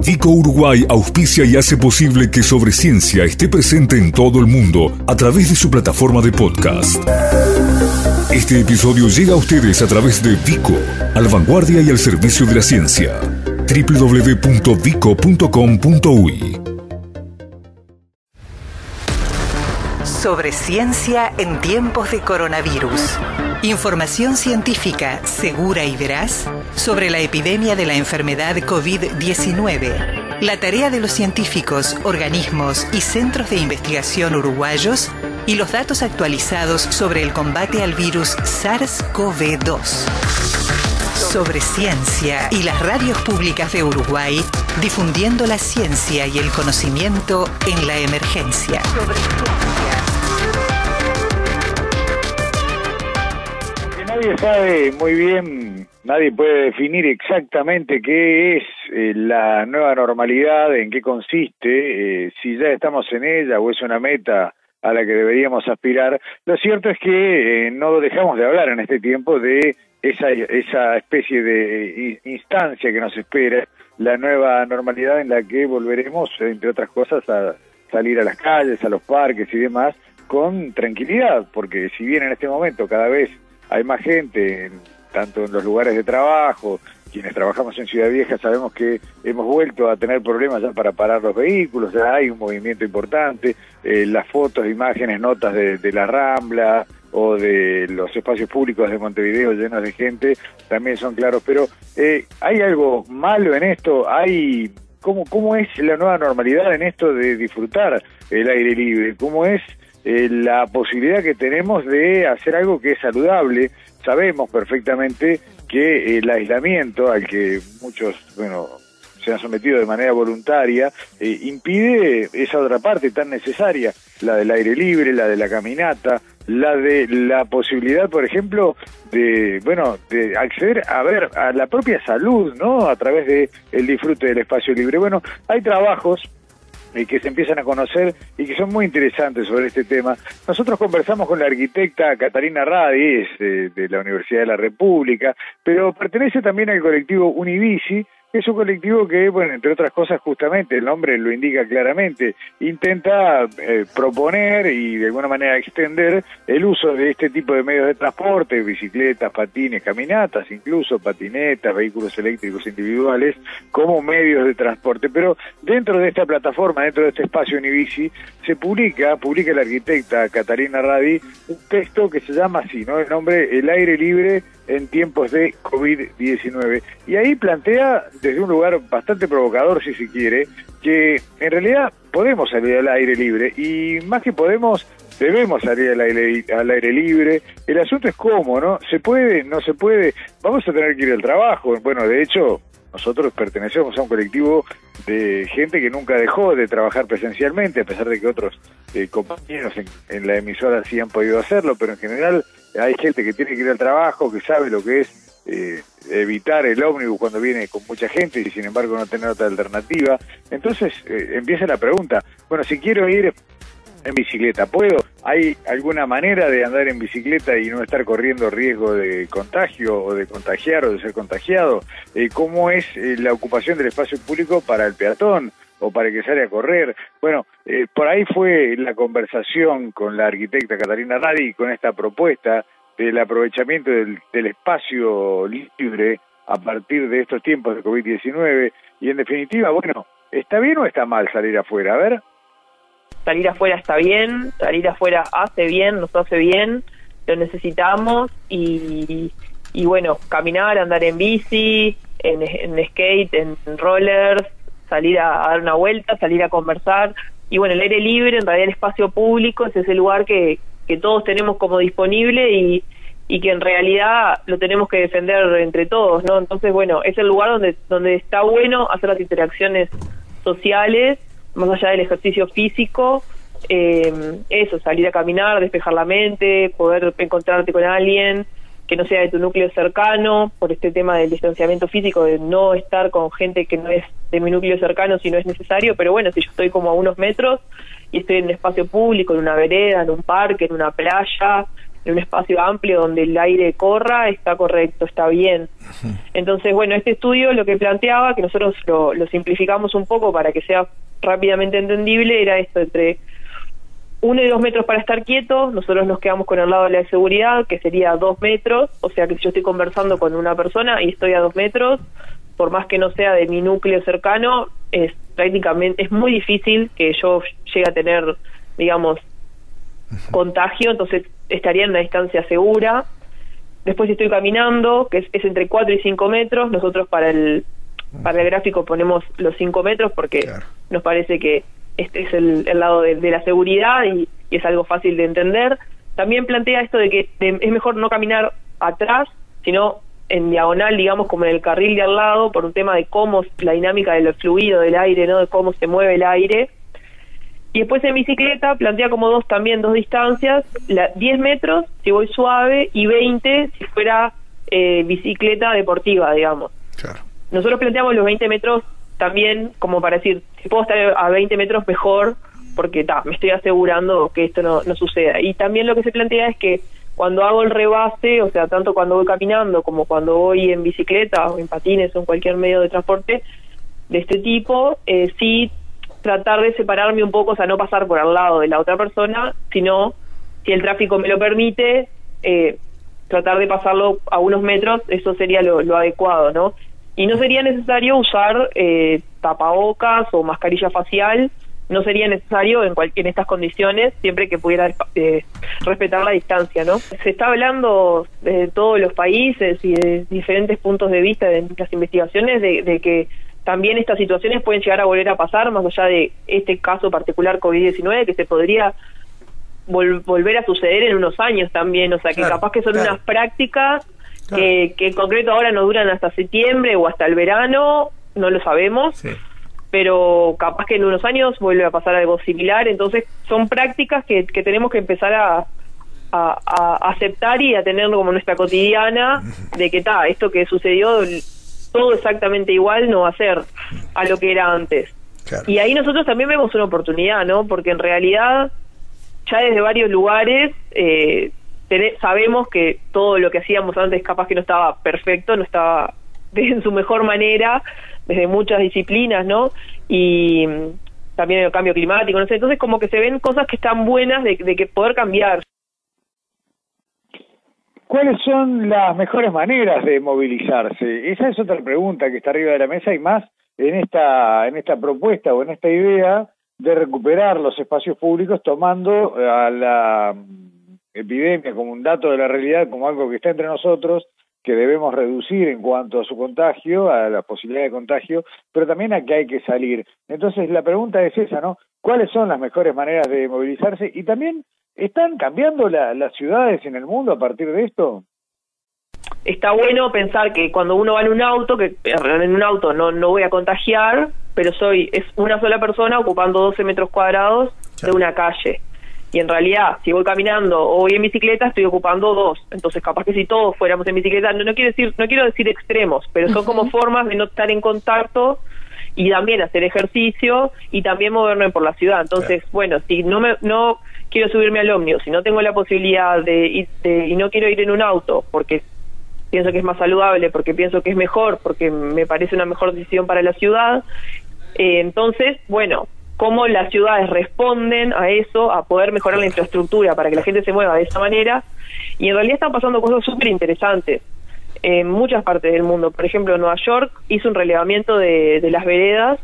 Vico Uruguay auspicia y hace posible que Sobre Ciencia esté presente en todo el mundo a través de su plataforma de podcast. Este episodio llega a ustedes a través de Vico, a la vanguardia y al servicio de la ciencia. www.vico.com.uy. Sobre ciencia en tiempos de coronavirus. Información científica segura y veraz sobre la epidemia de la enfermedad COVID-19. La tarea de los científicos, organismos y centros de investigación uruguayos y los datos actualizados sobre el combate al virus SARS-CoV-2. Sobre ciencia y las radios públicas de Uruguay, difundiendo la ciencia y el conocimiento en la emergencia. Sobre ciencia. Nadie sabe muy bien, nadie puede definir exactamente qué es la nueva normalidad, en qué consiste, si ya estamos en ella o es una meta a la que deberíamos aspirar. Lo cierto es que no dejamos de hablar en este tiempo de esa especie de instancia que nos espera, la nueva normalidad en la que volveremos, entre otras cosas, a salir a las calles, a los parques y demás, con tranquilidad, porque si bien en este momento cada vez hay más gente, tanto en los lugares de trabajo, quienes trabajamos en Ciudad Vieja sabemos que hemos vuelto a tener problemas ya para parar los vehículos, ya hay un movimiento importante, las fotos, imágenes, notas de la Rambla o de los espacios públicos de Montevideo llenos de gente también son claros, pero ¿hay algo malo en esto? ¿Cómo es la nueva normalidad en esto de disfrutar el aire libre? ¿Cómo es la posibilidad que tenemos de hacer algo que es saludable? Sabemos perfectamente que el aislamiento al que muchos, se han sometido de manera voluntaria, impide esa otra parte tan necesaria, la del aire libre, la de la caminata, la de la posibilidad, por ejemplo, de acceder a la propia salud, ¿no? A través de el disfrute del espacio libre. Bueno, hay trabajos que se empiezan a conocer y que son muy interesantes sobre este tema. Nosotros conversamos con la arquitecta Catarina Radi, es de la Universidad de la República, pero pertenece también al colectivo Unibici, que es un colectivo que, entre otras cosas, justamente, el nombre lo indica claramente, intenta proponer y de alguna manera extender el uso de este tipo de medios de transporte, bicicletas, patines, caminatas, incluso patinetas, vehículos eléctricos individuales, como medios de transporte. Pero dentro de esta plataforma, dentro de este espacio Unibici, se publica la arquitecta Catarina Radi un texto que se llama así, ¿no? El nombre, El aire libre en tiempos de COVID-19. Y ahí plantea, desde un lugar bastante provocador, si se quiere, que en realidad podemos salir al aire libre, y más que podemos, debemos salir al aire libre. El asunto es cómo, ¿no? ¿Se puede? ¿No se puede? Vamos a tener que ir al trabajo. Bueno, de hecho, nosotros pertenecemos a un colectivo de gente que nunca dejó de trabajar presencialmente, a pesar de que otros compañeros en la emisora sí han podido hacerlo, pero en general hay gente que tiene que ir al trabajo, que sabe lo que es evitar el ómnibus cuando viene con mucha gente y sin embargo no tener otra alternativa. Entonces empieza la pregunta, si quiero ir en bicicleta, ¿puedo? ¿Hay alguna manera de andar en bicicleta y no estar corriendo riesgo de contagio o de contagiar o de ser contagiado? ¿Cómo es la ocupación del espacio público para el peatón o para el que sale a correr? Por ahí fue la conversación con la arquitecta Catarina Radi con esta propuesta del aprovechamiento del espacio libre a partir de estos tiempos de COVID-19 y en definitiva, ¿está bien o está mal salir afuera? A ver. Salir afuera está bien, salir afuera hace bien, nos hace bien, lo necesitamos y caminar, andar en bici, en skate, en rollers, salir a dar una vuelta, salir a conversar. Y el aire libre, en realidad el espacio público es ese lugar que todos tenemos como disponible y que en realidad lo tenemos que defender entre todos, ¿no? Entonces, es el lugar donde está bueno hacer las interacciones sociales, más allá del ejercicio físico, salir a caminar, despejar la mente, poder encontrarte con alguien que no sea de tu núcleo cercano, por este tema del distanciamiento físico, de no estar con gente que no es de mi núcleo cercano si no es necesario, pero si yo estoy como a unos metros y estoy en un espacio público, en una vereda, en un parque, en una playa, en un espacio amplio donde el aire corra, está correcto, está bien. Entonces, bueno, este estudio lo que planteaba, que nosotros lo simplificamos un poco para que sea rápidamente entendible, era esto, entre 1 y 2 metros para estar quieto. Nosotros nos quedamos con el lado de la seguridad, que sería 2 metros, o sea que si yo estoy conversando con una persona y estoy a 2 metros, por más que no sea de mi núcleo cercano, prácticamente es muy difícil que yo llegue a tener, digamos, contagio, entonces estaría en una distancia segura. Después si estoy caminando, que es entre 4 y 5 metros, nosotros para el gráfico ponemos los 5 metros porque claro, nos parece que este es el lado de la seguridad y es algo fácil de entender. También plantea esto de que es mejor no caminar atrás, sino en diagonal, digamos, como en el carril de al lado, por un tema de cómo la dinámica del fluido del aire, ¿no? De cómo se mueve el aire. Y después en bicicleta plantea como dos distancias, 10 metros si voy suave y 20 si fuera bicicleta deportiva, digamos. Claro. Nosotros planteamos los 20 metros también como para decir, si puedo estar a 20 metros mejor, porque me estoy asegurando que esto no suceda. Y también lo que se plantea es que cuando hago el rebase, o sea, tanto cuando voy caminando como cuando voy en bicicleta o en patines o en cualquier medio de transporte de este tipo, sí tratar de separarme un poco, o sea, no pasar por al lado de la otra persona, sino, si el tráfico me lo permite, tratar de pasarlo a unos metros, eso sería lo adecuado, ¿no? Y no sería necesario usar tapabocas o mascarilla facial, no sería necesario en estas condiciones, siempre que pudiera respetar la distancia, ¿no? Se está hablando de todos los países y de diferentes puntos de vista de las investigaciones de que también estas situaciones pueden llegar a volver a pasar, más allá de este caso particular COVID-19, que se podría volver a suceder en unos años también, o sea, que capaz que son unas prácticas que en concreto ahora no duran hasta septiembre o hasta el verano, no lo sabemos, pero capaz que en unos años vuelve a pasar algo similar. Entonces son prácticas que tenemos que empezar a aceptar y a tenerlo como nuestra cotidiana, de que esto que sucedió todo exactamente igual no va a ser a lo que era antes. Claro. Y ahí nosotros también vemos una oportunidad, ¿no? Porque en realidad ya desde varios lugares sabemos que todo lo que hacíamos antes capaz que no estaba perfecto, no estaba en su mejor manera, desde muchas disciplinas, ¿no? Y también el cambio climático, no sé, entonces como que se ven cosas que están buenas de que poder cambiar. ¿Cuáles son las mejores maneras de movilizarse? Esa es otra pregunta que está arriba de la mesa, y más en esta propuesta o en esta idea de recuperar los espacios públicos, tomando a la epidemia como un dato de la realidad, como algo que está entre nosotros, que debemos reducir en cuanto a su contagio, a la posibilidad de contagio, pero también a que hay que salir. Entonces la pregunta es esa, ¿no? ¿Cuáles son las mejores maneras de movilizarse? Y también, ¿están cambiando las ciudades en el mundo a partir de esto? Está bueno pensar que cuando uno va en un auto, que en un auto no voy a contagiar, pero es una sola persona ocupando 12 metros cuadrados de una calle. Y en realidad, si voy caminando o voy en bicicleta, estoy ocupando 2. Entonces, capaz que si todos fuéramos en bicicleta, no quiero decir extremos, pero son como formas de no estar en contacto y también hacer ejercicio y también moverme por la ciudad. Entonces, bueno, si no quiero subirme al ómnibus, si no tengo la posibilidad de ir y no quiero ir en un auto porque pienso que es más saludable, porque pienso que es mejor, porque me parece una mejor decisión para la ciudad, entonces, bueno, cómo las ciudades responden a eso, a poder mejorar la infraestructura para que la gente se mueva de esa manera. Y en realidad están pasando cosas súper interesantes en muchas partes del mundo. Por ejemplo, Nueva York hizo un relevamiento de las veredas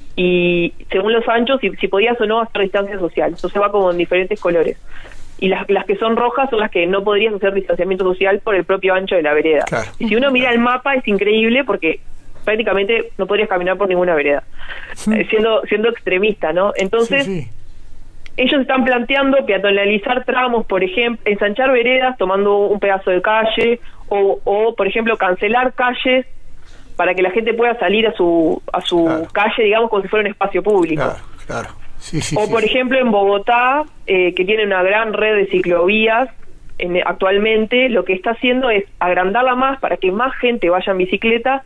y según los anchos, si podías o no hacer distancia social. Eso se va como en diferentes colores. Y las que son rojas son las que no podrías hacer distanciamiento social por el propio ancho de la vereda. Claro. Y si uno mira el mapa es increíble porque prácticamente no podrías caminar por ninguna vereda, siendo extremista, ¿no? Entonces, ellos están planteando peatonalizar tramos, por ejemplo, ensanchar veredas tomando un pedazo de calle, o por ejemplo, cancelar calles para que la gente pueda salir a su calle, digamos, como si fuera un espacio público. Claro. Por ejemplo, en Bogotá, que tiene una gran red de ciclovías, actualmente lo que está haciendo es agrandarla más para que más gente vaya en bicicleta,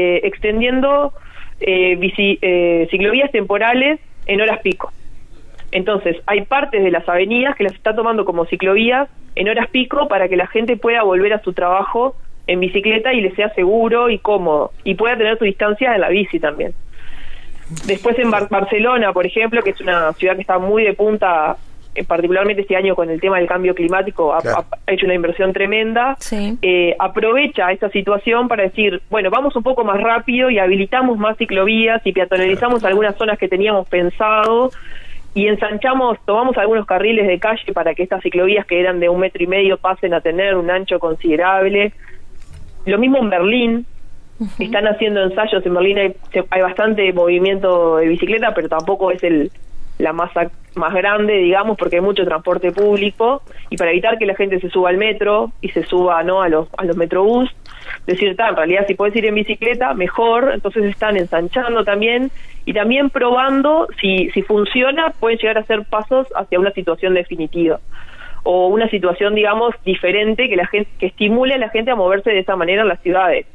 extendiendo ciclovías temporales en horas pico. Entonces, hay partes de las avenidas que las está tomando como ciclovías en horas pico para que la gente pueda volver a su trabajo en bicicleta y le sea seguro y cómodo, y pueda tener su distancia en la bici también. Después en Barcelona, por ejemplo, que es una ciudad que está muy de punta, particularmente este año con el tema del cambio climático, ha hecho una inversión tremenda, sí. Aprovecha esta situación para decir, bueno, vamos un poco más rápido y habilitamos más ciclovías y peatonalizamos algunas zonas que teníamos pensado y tomamos algunos carriles de calle para que estas ciclovías que eran de 1,5 metros pasen a tener un ancho considerable. Lo mismo en Berlín. Están haciendo ensayos en Berlín, hay bastante movimiento de bicicleta, pero tampoco es la masa más grande, digamos, porque hay mucho transporte público, y para evitar que la gente se suba al metro y se suba a los metrobús, decir, en realidad si puedes ir en bicicleta, mejor. Entonces están ensanchando también, y también probando, si funciona, pueden llegar a hacer pasos hacia una situación definitiva, o una situación, digamos, diferente, que estimule a la gente a moverse de esa manera en las ciudades.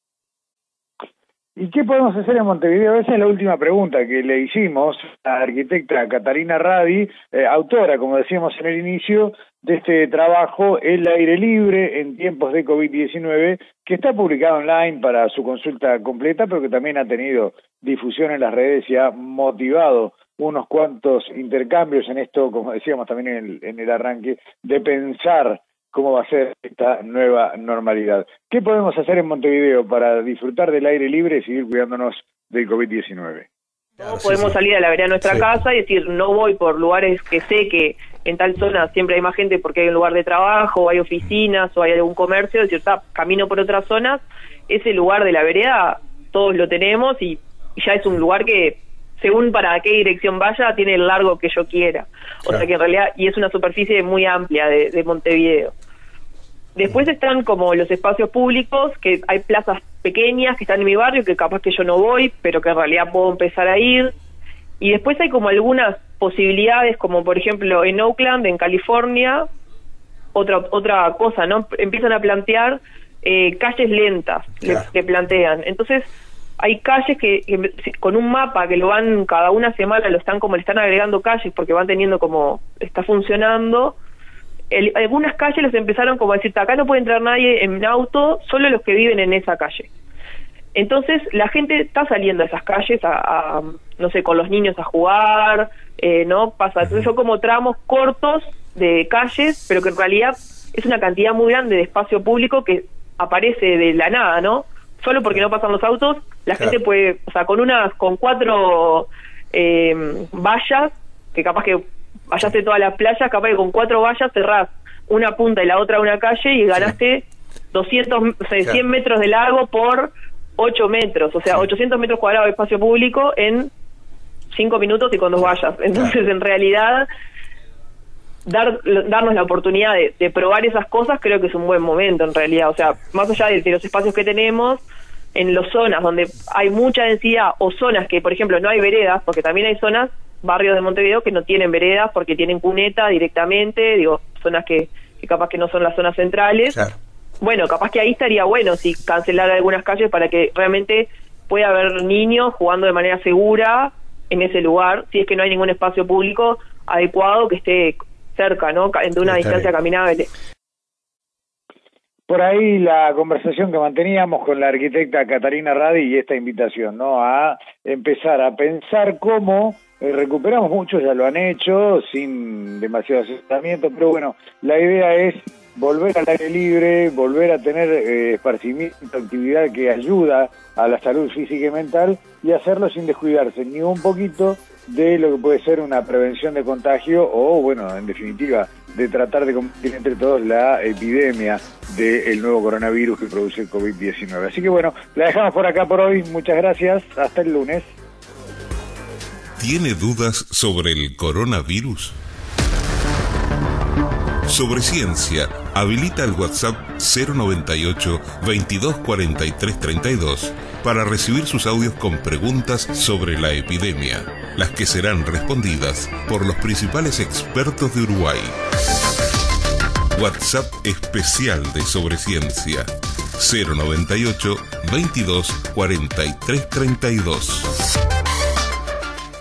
¿Y qué podemos hacer en Montevideo? Esa es la última pregunta que le hicimos a la arquitecta Catarina Radi, autora, como decíamos en el inicio, de este trabajo El aire libre en tiempos de COVID-19, que está publicado online para su consulta completa, pero que también ha tenido difusión en las redes y ha motivado unos cuantos intercambios en esto, como decíamos también en el arranque, de pensar cómo va a ser esta nueva normalidad. ¿Qué podemos hacer en Montevideo para disfrutar del aire libre y seguir cuidándonos del COVID-19? No podemos salir a la vereda de nuestra casa y decir, no voy por lugares que sé que en tal zona siempre hay más gente porque hay un lugar de trabajo, o hay oficinas, o hay algún comercio, decir, camino por otras zonas. Ese lugar de la vereda todos lo tenemos y ya es un lugar que, según para qué dirección vaya, tiene el largo que yo quiera. O sea que en realidad, y es una superficie muy amplia de Montevideo. Después están como los espacios públicos, que hay plazas pequeñas que están en mi barrio, que capaz que yo no voy, pero que en realidad puedo empezar a ir. Y después hay como algunas posibilidades, como por ejemplo en Oakland, en California, otra cosa, ¿no? Empiezan a plantear calles lentas, le plantean. Entonces, hay calles que con un mapa que lo van cada una semana, le están agregando calles porque van teniendo como está funcionando. Algunas calles les empezaron como a decir, acá no puede entrar nadie en auto, solo los que viven en esa calle. Entonces la gente está saliendo a esas calles no sé, con los niños a jugar, no pasa. Entonces son como tramos cortos de calles, pero que en realidad es una cantidad muy grande de espacio público que aparece de la nada, ¿no? Solo porque no pasan los autos, la gente puede, o sea, con 4 vallas, que capaz que vayaste todas las playas, capaz que con 4 vallas cerrás una punta y la otra una calle y ganaste 100 metros de largo por 8 metros, o sea, 800 metros cuadrados de espacio público en 5 minutos y con 2 vallas. Entonces, en realidad, darnos la oportunidad de probar esas cosas creo que es un buen momento en realidad. O sea, más allá de los espacios que tenemos, en las zonas donde hay mucha densidad o zonas que, por ejemplo, no hay veredas, porque también hay zonas, barrios de Montevideo que no tienen veredas porque tienen cuneta directamente, zonas que capaz que no son las zonas centrales. Claro. Bueno, capaz que ahí estaría bueno si cancelar algunas calles para que realmente pueda haber niños jugando de manera segura en ese lugar, si es que no hay ningún espacio público adecuado que esté cerca, ¿no? De una distancia caminable. Por ahí la conversación que manteníamos con la arquitecta Catarina Radi y esta invitación, ¿no? A empezar a pensar cómo recuperamos, muchos ya lo han hecho sin demasiado asesoramiento, pero bueno, la idea es volver al aire libre, volver a tener esparcimiento, actividad que ayuda a la salud física y mental, y hacerlo sin descuidarse ni un poquito de lo que puede ser una prevención de contagio o, bueno, en definitiva, de tratar de combatir entre todos la epidemia del nuevo coronavirus que produce el COVID-19. Así que bueno, la dejamos por acá por hoy. Muchas gracias. Hasta el lunes. ¿Tiene dudas sobre el coronavirus? Sobre Ciencia, habilita el WhatsApp 098 22 43 32 para recibir sus audios con preguntas sobre la epidemia, las que serán respondidas por los principales expertos de Uruguay. WhatsApp especial de Sobre Ciencia 098 22 43 32.